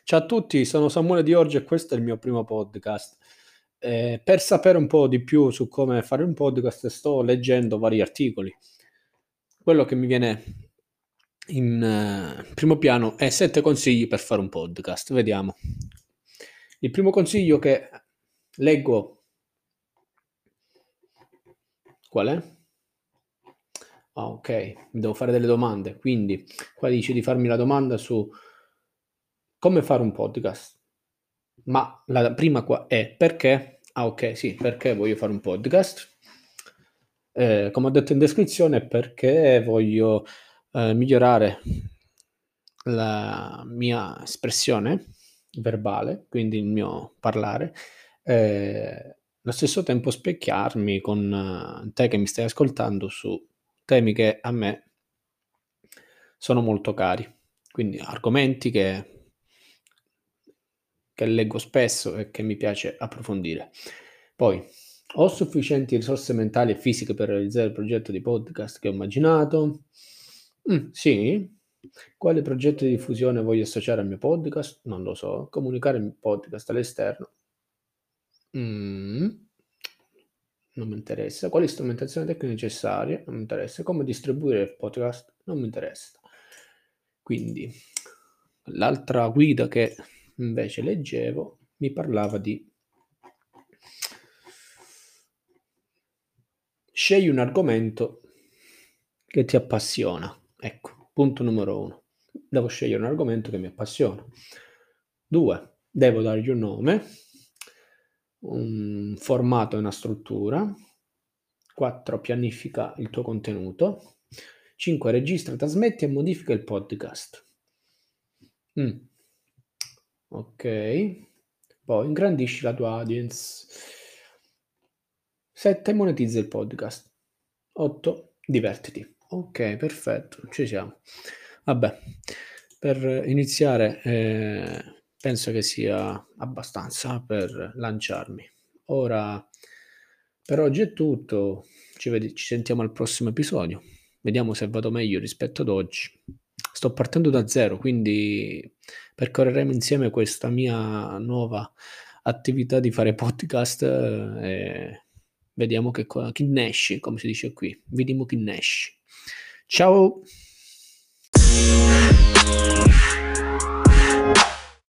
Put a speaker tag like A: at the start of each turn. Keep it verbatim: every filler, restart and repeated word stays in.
A: Ciao a tutti, sono Samuele Di Orge e questo è il mio primo podcast. Eh, per sapere un po' di più su come fare un podcast sto leggendo vari articoli. Quello che mi viene in eh, primo piano è sette consigli per fare un podcast. Vediamo. Il primo consiglio che leggo, qual è? Ah, ok, mi devo fare delle domande. Quindi, qua dice di farmi la domanda su come fare un podcast. Ma la prima qua è perché? Ah, ok, sì, perché voglio fare un podcast? Eh, come ho detto in descrizione, perché voglio eh, migliorare la mia espressione verbale, quindi il mio parlare, eh, allo stesso tempo specchiarmi con eh, te che mi stai ascoltando su temi che a me sono molto cari, quindi argomenti che che leggo spesso e che mi piace approfondire. Poi, ho sufficienti risorse mentali e fisiche per realizzare il progetto di podcast che ho immaginato? Mm, sì. Quale progetto di diffusione voglio associare al mio podcast? Non lo so. Comunicare il mio podcast all'esterno? Mm, non mi interessa. Quali strumentazioni tecniche necessarie? Non mi interessa. Come distribuire il podcast? Non mi interessa. Quindi, l'altra guida che invece leggevo mi parlava di scegli un argomento che ti appassiona. Ecco, punto numero uno. Devo scegliere un argomento che mi appassiona. Due, devo dargli un nome, un formato e una struttura. Quattro, pianifica il tuo contenuto. Cinque, registra, trasmetti e modifica il podcast. Mm. Ok. Poi ingrandisci la tua audience. sette, monetizza il podcast. otto, divertiti. Ok, perfetto, ci siamo. Vabbè, per iniziare eh, penso che sia abbastanza per lanciarmi. Ora, per oggi è tutto. Ci, vedi- ci sentiamo al prossimo episodio. Vediamo se vado meglio rispetto ad oggi. Sto partendo da zero, quindi percorreremo insieme questa mia nuova attività di fare podcast eh, e vediamo che cosa, chi ne esce, come si dice qui. Vediamo chi ne esce. Ciao!